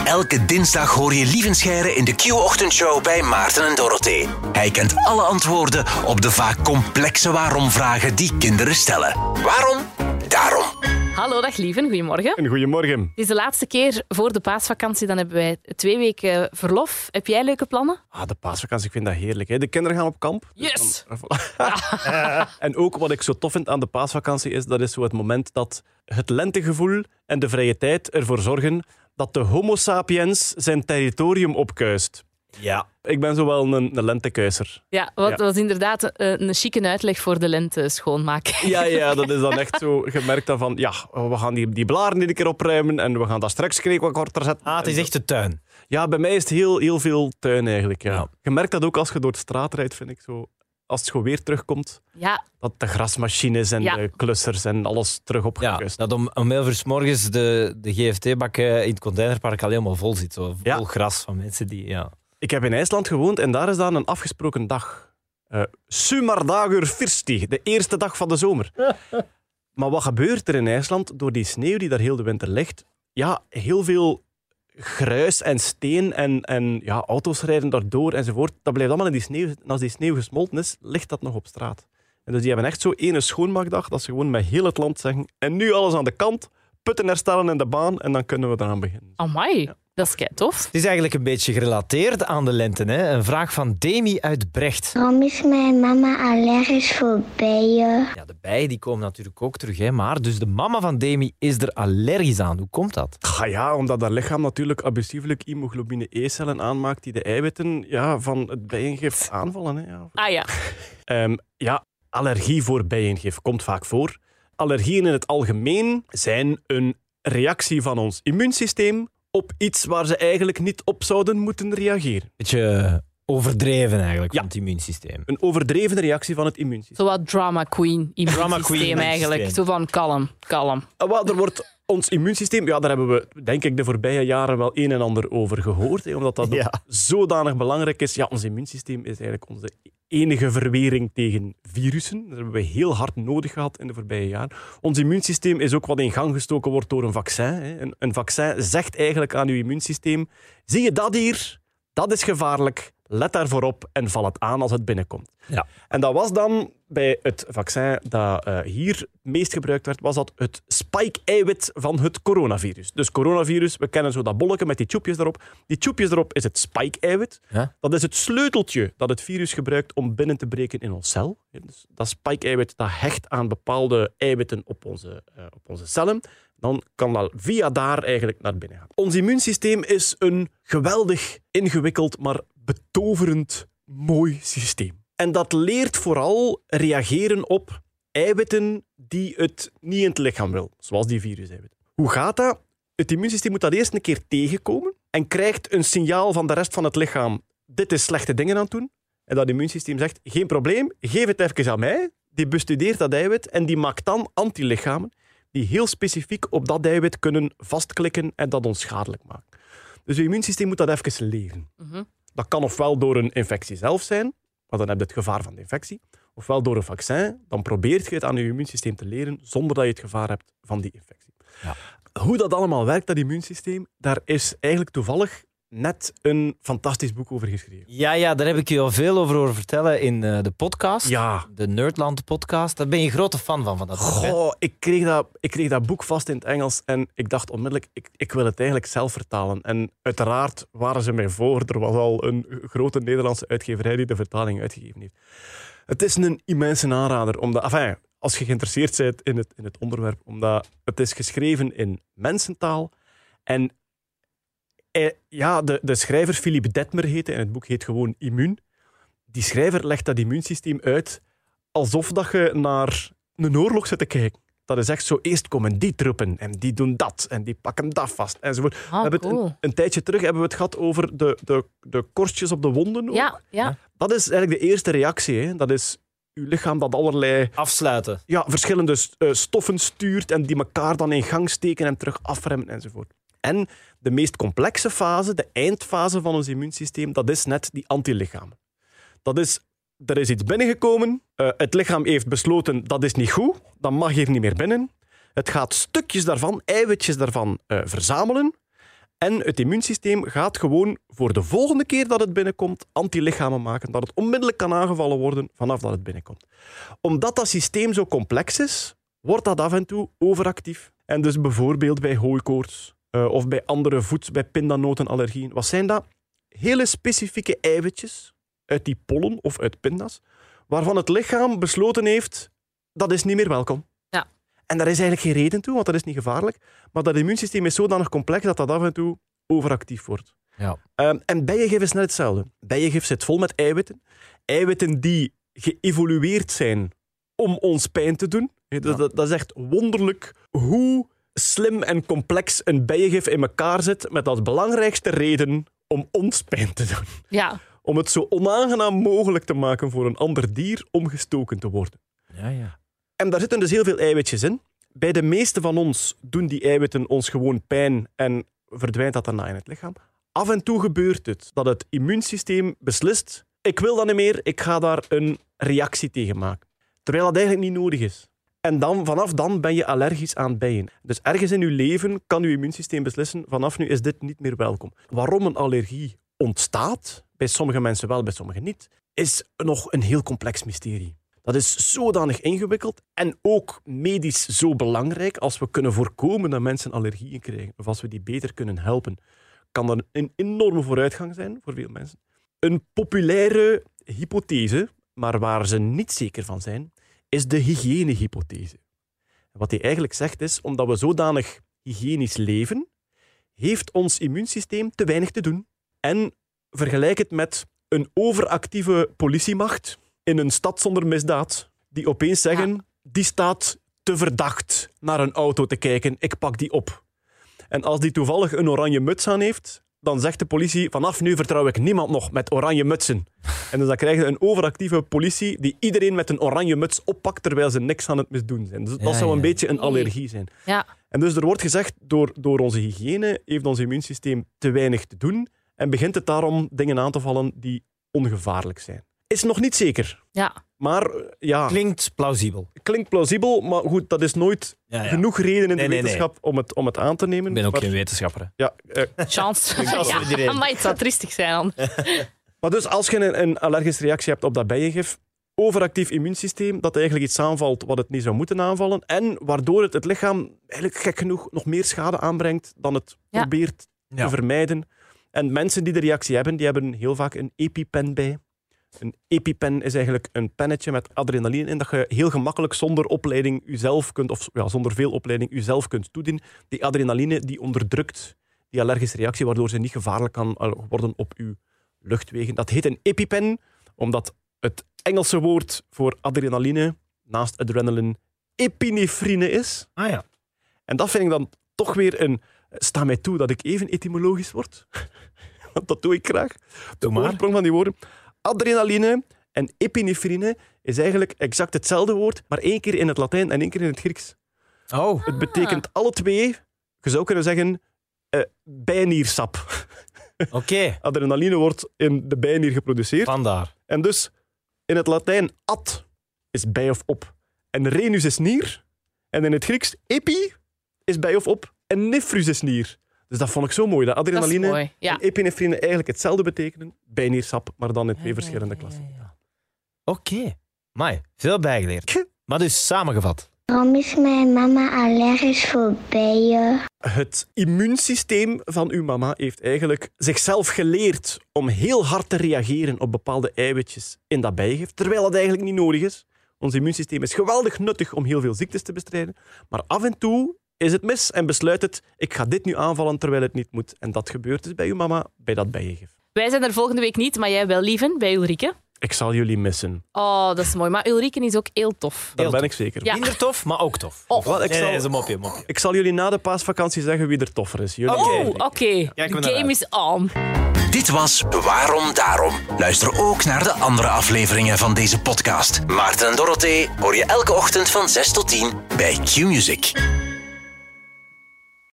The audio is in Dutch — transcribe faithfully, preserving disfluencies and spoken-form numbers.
Elke dinsdag hoor je Lievenscheire in de Q-ochtendshow bij Maarten en Dorothee. Hij kent alle antwoorden op de vaak complexe waarom-vragen die kinderen stellen. Waarom? Daarom. Hallo, dag Lieven. Goedemorgen. En goedemorgen. Het is de laatste keer voor de paasvakantie. Dan hebben wij twee weken verlof. Heb jij leuke plannen? Ah, de paasvakantie, ik vind dat heerlijk. Hè. De kinderen gaan op kamp. Yes! En ook wat ik zo tof vind aan de paasvakantie is, dat is zo het moment dat het lentegevoel en de vrije tijd ervoor zorgen dat de homo sapiens zijn territorium opkuist. Ja. Ik ben zo wel een, een lentekuiser. Ja, wat Ja. was inderdaad een, een chique uitleg voor de lente schoonmaken. Ja, ja, dat is dan echt zo gemerkt dan van, ja, we gaan die, die blaren een keer opruimen en we gaan dat strekskreek wat korter zetten. Ah, het is echt de tuin. Ja, bij mij is het heel, heel veel tuin eigenlijk. Ja. Ja. Je merkt dat ook als je door de straat rijdt, vind ik zo. Als het gewoon weer terugkomt, Ja, dat de grasmachines en Ja. de klussers en alles terug Ja, opgekust. dat om, om elf uur 's morgens de, de G F T-bak in het containerpark al helemaal vol zit. Zo vol Ja. gras van mensen die... Ja. Ik heb in IJsland gewoond en daar is dan een afgesproken dag. Uh, Sumardagur Fyrsti, de eerste dag van de zomer. Maar wat gebeurt er in IJsland door die sneeuw die daar heel de winter ligt? Ja, heel veel gruis en steen en, en ja, auto's rijden daardoor enzovoort. Dat blijft allemaal in die sneeuw. En als die sneeuw gesmolten is, ligt dat nog op straat. En dus die hebben echt zo ene schoonmaakdag dat ze gewoon met heel het land zeggen en nu alles aan de kant, putten herstellen in de baan en dan kunnen we eraan beginnen. amai. Ja. Dat is kei tof. Het is eigenlijk een beetje gerelateerd aan de lente. Hè? Een vraag van Demi uit Brecht. Waarom is mijn mama allergisch voor bijen? Ja, de bijen die komen natuurlijk ook terug. Hè? Maar dus de mama van Demi is er allergisch aan. Hoe komt dat? Ah ja, omdat dat lichaam natuurlijk abusieflijk hemoglobine E-cellen aanmaakt die de eiwitten ja, van het bijengif aanvallen. Hè, ja. Ah ja. Um, ja, allergie voor bijengif komt vaak voor. Allergieën in het algemeen zijn een reactie van ons immuunsysteem op iets waar ze eigenlijk niet op zouden moeten reageren. Beetje overdreven eigenlijk Ja. van het immuunsysteem. Een overdreven reactie van het immuunsysteem. Zo wat drama queen Drama queen immuunsysteem eigenlijk. immuunsysteem. Zo van kalm, kalm. Uh, wel, er wordt ons immuunsysteem, ja, daar hebben we denk ik de voorbije jaren wel een en ander over gehoord, hè, omdat dat Ja. zodanig belangrijk is. Ja, ons immuunsysteem is eigenlijk onze enige verwering tegen virussen. Dat hebben we heel hard nodig gehad in de voorbije jaren. Ons immuunsysteem is ook wat in gang gestoken wordt door een vaccin. Hè. Een, een vaccin zegt eigenlijk aan uw immuunsysteem, zie je dat hier? Dat is gevaarlijk. Let daarvoor op en val het aan als het binnenkomt. Ja. En dat was dan bij het vaccin dat uh, hier het meest gebruikt werd, was dat het spike-eiwit van het coronavirus. Dus coronavirus, we kennen zo dat bolletje met die tjoepjes erop. Die tjoepjes erop is het spike-eiwit. Ja? Dat is het sleuteltje dat het virus gebruikt om binnen te breken in ons cel. Dus dat spike-eiwit dat hecht aan bepaalde eiwitten op onze, uh, op onze cellen. Dan kan dat via daar eigenlijk naar binnen gaan. Ons immuunsysteem is een geweldig, ingewikkeld, maar betoverend mooi systeem. En dat leert vooral reageren op eiwitten die het niet in het lichaam wil, zoals die viruseiwitten. Hoe gaat dat? Het immuunsysteem moet dat eerst een keer tegenkomen en krijgt een signaal van de rest van het lichaam, dit is slechte dingen aan het doen. En dat immuunsysteem zegt, geen probleem, geef het even aan mij. Die bestudeert dat eiwit en die maakt dan antilichamen die heel specifiek op dat eiwit kunnen vastklikken en dat onschadelijk maken. Dus je immuunsysteem moet dat even leren. Mm-hmm. Dat kan ofwel door een infectie zelf zijn, maar dan heb je het gevaar van de infectie, ofwel door een vaccin, dan probeert je het aan je immuunsysteem te leren zonder dat je het gevaar hebt van die infectie. Ja. Hoe dat allemaal werkt, dat immuunsysteem, daar is eigenlijk toevallig net een fantastisch boek over geschreven. Ja, ja, daar heb ik je al veel over horen vertellen in uh, de podcast. Ja. De Nerdland podcast. Daar ben je een grote fan van, van dat boek. hè? Goh, ik kreeg, dat, ik kreeg dat boek vast in het Engels en ik dacht onmiddellijk, ik, ik wil het eigenlijk zelf vertalen. En uiteraard waren ze mij voor. Er was al een grote Nederlandse uitgeverij die de vertaling uitgegeven heeft. Het is een immense aanrader, omdat, enfin, als je geïnteresseerd bent in het, in het onderwerp, omdat het is geschreven in mensentaal en eh, ja, de, de schrijver Philippe Detmer heette, en het boek heet gewoon Immuun. Die schrijver legt dat immuunsysteem uit alsof dat je naar een oorlog zit te kijken. Dat is echt zo, eerst komen die troepen en die doen dat en die pakken dat vast enzovoort. Ah, we hebben het cool. een, een tijdje terug hebben we het gehad over de, de, de korstjes op de wonden. Ook. Ja, ja. Dat is eigenlijk de eerste reactie. Hè. Dat is uw lichaam dat allerlei Afsluiten. ja, verschillende uh, stoffen stuurt en die elkaar dan in gang steken en terug afremmen enzovoort. En de meest complexe fase, de eindfase van ons immuunsysteem, dat is net die antilichamen. Dat is, er is iets binnengekomen, uh, het lichaam heeft besloten dat is niet goed, dat mag hier niet meer binnen. Het gaat stukjes daarvan, eiwitjes daarvan, uh, verzamelen En het immuunsysteem gaat gewoon voor de volgende keer dat het binnenkomt antilichamen maken, dat het onmiddellijk kan aangevallen worden vanaf dat het binnenkomt. Omdat dat systeem zo complex is, wordt dat af en toe overactief. En dus bijvoorbeeld bij hooikoorts uh, of bij andere voedsel, bij pindanotenallergieën. Wat zijn dat? Hele specifieke eiwitjes uit die pollen of uit pinda's, waarvan het lichaam besloten heeft, dat is niet meer welkom. Ja. En daar is eigenlijk geen reden toe, want dat is niet gevaarlijk. Maar dat immuunsysteem is zodanig complex dat dat af en toe overactief wordt. Ja. Um, en bijengif is net hetzelfde. Bijengif zit vol met eiwitten. Eiwitten die geëvolueerd zijn om ons pijn te doen. Ja. Dat, dat, dat is echt wonderlijk hoe slim en complex een bijengif in elkaar zit, met als belangrijkste reden om ons pijn te doen. Ja. Om het zo onaangenaam mogelijk te maken voor een ander dier om gestoken te worden. Ja, ja. En daar zitten dus heel veel eiwitjes in. Bij de meeste van ons doen die eiwitten ons gewoon pijn en verdwijnt dat daarna in het lichaam. Af en toe gebeurt het dat het immuunsysteem beslist, ik wil dat niet meer, ik ga daar een reactie tegen maken. Terwijl dat eigenlijk niet nodig is. En dan, vanaf dan ben je allergisch aan bijen. Dus ergens in je leven kan je immuunsysteem beslissen, vanaf nu is dit niet meer welkom. Waarom een allergie ontstaat, bij sommige mensen wel, bij sommigen niet, is nog een heel complex mysterie. Dat is zodanig ingewikkeld en ook medisch zo belangrijk. Als we kunnen voorkomen dat mensen allergieën krijgen, of als we die beter kunnen helpen, kan dat een enorme vooruitgang zijn voor veel mensen. Een populaire hypothese, maar waar ze niet zeker van zijn, is de hygiënehypothese. Wat die eigenlijk zegt is, omdat we zodanig hygiënisch leven, heeft ons immuunsysteem te weinig te doen. En vergelijk het met een overactieve politiemacht in een stad zonder misdaad, die opeens zeggen, ja. die staat te verdacht naar een auto te kijken, ik pak die op. En als die toevallig een oranje muts aan heeft, dan zegt de politie, vanaf nu vertrouw ik niemand nog met oranje mutsen. En dus dan krijg je een overactieve politie die iedereen met een oranje muts oppakt, terwijl ze niks aan het misdoen zijn. Dus dat ja, zou een ja. beetje een allergie zijn. Ja. En dus er wordt gezegd, door, door onze hygiëne heeft ons immuunsysteem te weinig te doen en begint het daarom dingen aan te vallen die ongevaarlijk zijn. Is nog niet zeker. Ja. Maar ja... Klinkt plausibel. Klinkt plausibel, maar goed, dat is nooit ja, ja. genoeg reden in nee, de wetenschap nee, nee. Om, het, om het aan te nemen. Ik ben ook maar, geen wetenschapper. Hè. Ja, uh, Chance. ja, maar het zou triestig zijn dan. Maar dus als je een, een allergische reactie hebt op dat bijengif, overactief immuunsysteem, dat eigenlijk iets aanvalt wat het niet zou moeten aanvallen, en waardoor het het lichaam eigenlijk gek genoeg nog meer schade aanbrengt dan het ja. probeert ja. te vermijden. En mensen die de reactie hebben, die hebben heel vaak een EpiPen bij. Een EpiPen is eigenlijk een pennetje met adrenaline in dat je heel gemakkelijk zonder opleiding jezelf kunt, of ja, zonder veel opleiding jezelf kunt toedienen. Die adrenaline die onderdrukt die allergische reactie, waardoor ze niet gevaarlijk kan worden op je luchtwegen. Dat heet een EpiPen, omdat het Engelse woord voor adrenaline, naast adrenaline, epinefrine is. Ah ja. En dat vind ik dan toch weer een... Sta mij toe dat ik even etymologisch word. Want dat doe ik graag. De oorsprong van die woorden. Adrenaline en epinefrine is eigenlijk exact hetzelfde woord, maar één keer in het Latijn en één keer in het Grieks. Oh. Het betekent alle twee, je zou kunnen zeggen, uh, bijniersap. Oké. Okay. Adrenaline wordt in de bijnier geproduceerd. Vandaar. En dus in het Latijn ad is bij of op. En renus is nier. En in het Grieks epi is bij of op. En nephrus is nier. Dus dat vond ik zo mooi. Dat adrenaline dat mooi, ja. en epinefrine eigenlijk hetzelfde betekenen. Bijniersap, maar dan in twee ja, verschillende ja, klassen. Ja, ja. Oké. Okay. Amai, veel bijgeleerd. Maar dus samengevat. Waarom is mijn mama allergisch voor bijen? Het immuunsysteem van uw mama heeft eigenlijk zichzelf geleerd om heel hard te reageren op bepaalde eiwitjes in dat bijengif, terwijl dat eigenlijk niet nodig is. Ons immuunsysteem is geweldig nuttig om heel veel ziektes te bestrijden, maar af en toe is het mis en besluit het, ik ga dit nu aanvallen terwijl het niet moet. En dat gebeurt dus bij uw mama, bij dat bijengif. Wij zijn er volgende week niet, maar jij wel, lieven, bij Ulrike. Ik zal jullie missen. Oh, dat is mooi. Maar Ulrike is ook heel tof. Dat heel ben tof. ik zeker. Ja. Minder tof, maar ook tof. Oh. Wel, ik, nee, zal, nee, nee, mopje, mopje. ik zal jullie na de paasvakantie zeggen wie er toffer is. Jullie oh, oké. Okay. De game is on. Dit was Waarom Daarom. Luister ook naar de andere afleveringen van deze podcast. Maarten en Dorothee hoor je elke ochtend van zes tot tien bij Q-Music.